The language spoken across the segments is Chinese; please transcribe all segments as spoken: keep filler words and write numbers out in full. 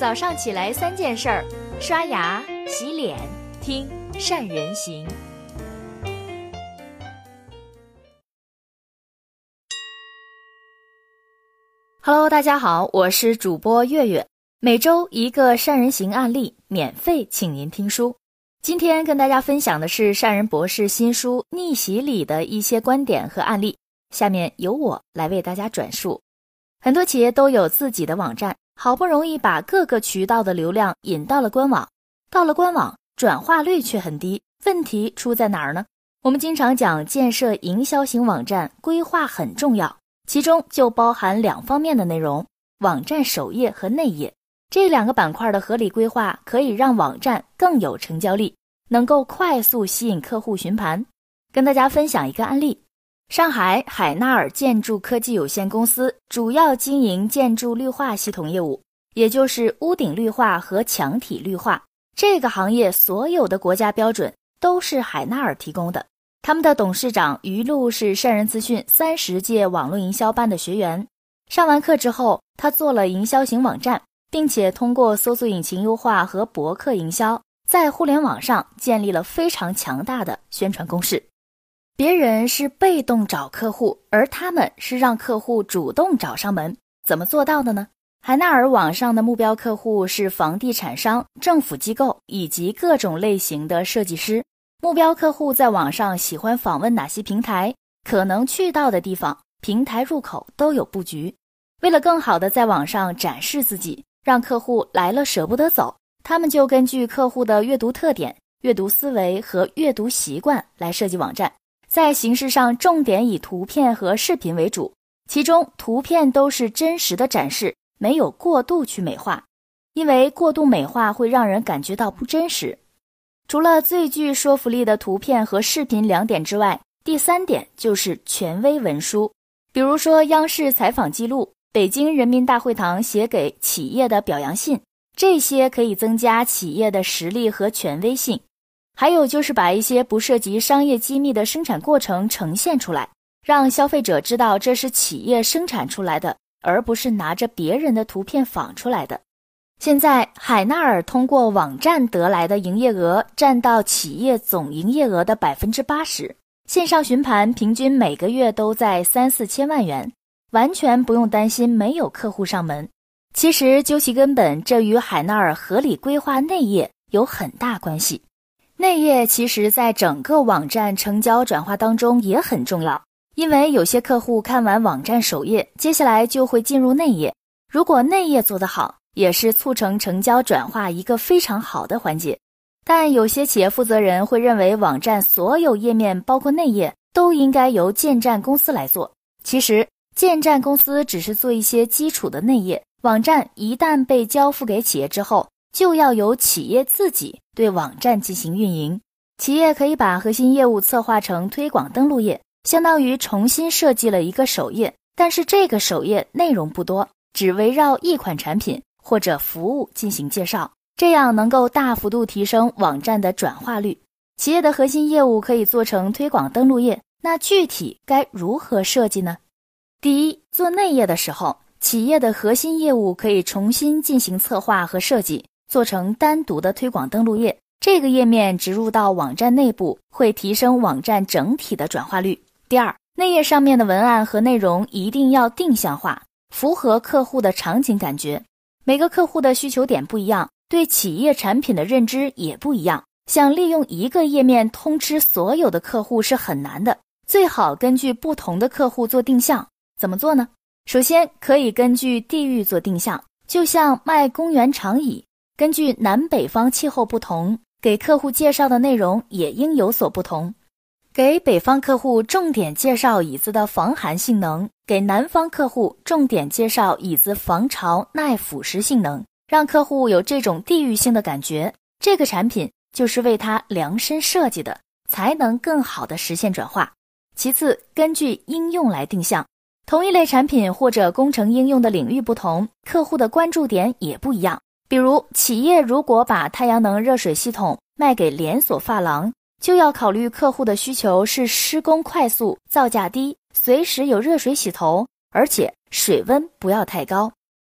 早上起来三件事儿：刷牙、洗脸、听善人行。Hello， 大家好，我是主播月月，每周一个善人行案例，免费请您听书。今天跟大家分享的是善人博士新书《逆袭》里的一些观点和案例，下面由我来为大家转述。很多企业都有自己的网站，好不容易把各个渠道的流量引到了官网，到了官网转化率却很低，问题出在哪儿呢？我们经常讲建设营销型网站规划很重要，其中就包含两方面的内容，网站首页和内页。这两个板块的合理规划可以让网站更有成交力，能够快速吸引客户询盘。跟大家分享一个案例，上海海纳尔建筑科技有限公司主要经营建筑绿化系统业务，也就是屋顶绿化和墙体绿化。这个行业所有的国家标准都是海纳尔提供的。他们的董事长于路是善人资讯三十届网络营销班的学员，上完课之后，他做了营销型网站，并且通过搜索引擎优化和博客营销，在互联网上建立了非常强大的宣传攻势。别人是被动找客户，而他们是让客户主动找上门。怎么做到的呢？海纳尔网上的目标客户是房地产商、政府机构以及各种类型的设计师。目标客户在网上喜欢访问哪些平台，可能去到的地方，平台入口都有布局。为了更好的在网上展示自己，让客户来了舍不得走，他们就根据客户的阅读特点、阅读思维和阅读习惯来设计网站。在形式上重点以图片和视频为主，其中图片都是真实的展示，没有过度去美化，因为过度美化会让人感觉到不真实。除了最具说服力的图片和视频两点之外，第三点就是权威文书，比如说央视采访记录、北京人民大会堂写给企业的表扬信，这些可以增加企业的实力和权威性。还有就是把一些不涉及商业机密的生产过程呈现出来，让消费者知道这是企业生产出来的，而不是拿着别人的图片仿出来的。现在海纳尔通过网站得来的营业额占到企业总营业额的 百分之八十， 线上询盘平均每个月都在三四千万元，完全不用担心没有客户上门。其实究其根本，这与海纳尔合理规划内页有很大关系。内页其实在整个网站成交转化当中也很重要，因为有些客户看完网站首页，接下来就会进入内页，如果内页做得好，也是促成成交转化一个非常好的环节。但有些企业负责人会认为网站所有页面包括内页都应该由建站公司来做，其实建站公司只是做一些基础的内页，网站一旦被交付给企业之后，就要由企业自己对网站进行运营。企业可以把核心业务策划成推广登录页，相当于重新设计了一个首页，但是这个首页内容不多，只围绕一款产品或者服务进行介绍，这样能够大幅度提升网站的转化率。企业的核心业务可以做成推广登录页，那具体该如何设计呢？第一，做内页的时候，企业的核心业务可以重新进行策划和设计，做成单独的推广登录页，这个页面植入到网站内部，会提升网站整体的转化率。第二，内页上面的文案和内容一定要定向化，符合客户的场景感觉。每个客户的需求点不一样，对企业产品的认知也不一样，想利用一个页面通吃所有的客户是很难的，最好根据不同的客户做定向。怎么做呢？首先可以根据地域做定向，就像卖公园长椅，根据南北方气候不同，给客户介绍的内容也应有所不同。给北方客户重点介绍椅子的防寒性能，给南方客户重点介绍椅子防潮耐腐蚀性能，让客户有这种地域性的感觉，这个产品就是为他量身设计的，才能更好的实现转化。其次，根据应用来定向，同一类产品或者工程应用的领域不同，客户的关注点也不一样。比如企业如果把太阳能热水系统卖给连锁发廊，就要考虑客户的需求是施工快速、造价低、随时有热水洗头，而且水温不要太高。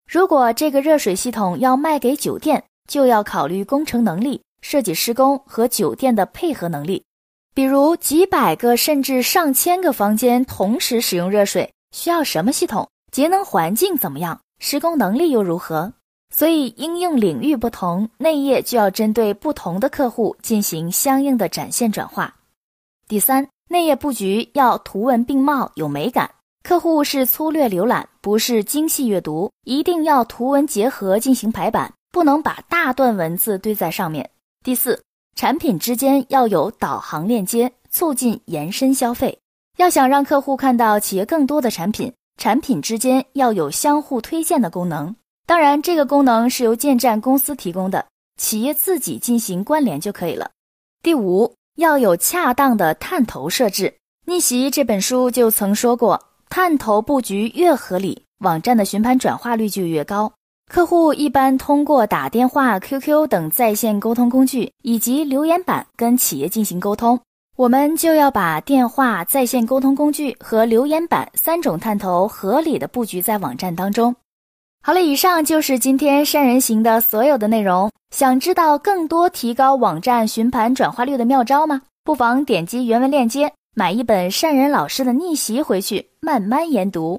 如果这个热水系统要卖给酒店，就要考虑工程能力、设计施工和酒店的配合能力。比如几百个甚至上千个房间同时使用热水，需要什么系统？节能环境怎么样？施工能力又如何？所以应用领域不同，内业就要针对不同的客户进行相应的展现转化。第三，内页布局要图文并茂，有美感。客户是粗略浏览，不是精细阅读，一定要图文结合进行排版，不能把大段文字堆在上面。第四，产品之间要有导航链接，促进延伸消费。要想让客户看到企业更多的产品，产品之间要有相互推荐的功能。当然，这个功能是由建站公司提供的，企业自己进行关联就可以了。第五，要有恰当的探头设置。逆袭这本书就曾说过，探头布局越合理，网站的询盘转化率就越高。客户一般通过打电话、Q Q 等在线沟通工具以及留言板跟企业进行沟通，我们就要把电话、在线沟通工具和留言板三种探头合理的布局在网站当中。好了，以上就是今天善人行的所有的内容。想知道更多提高网站询盘转化率的妙招吗？不妨点击原文链接，买一本善人老师的逆袭回去慢慢研读。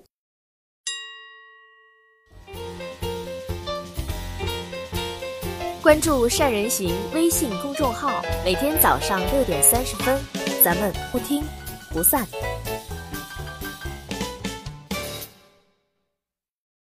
关注善人行微信公众号，每天早上六点三十分，咱们不听不散。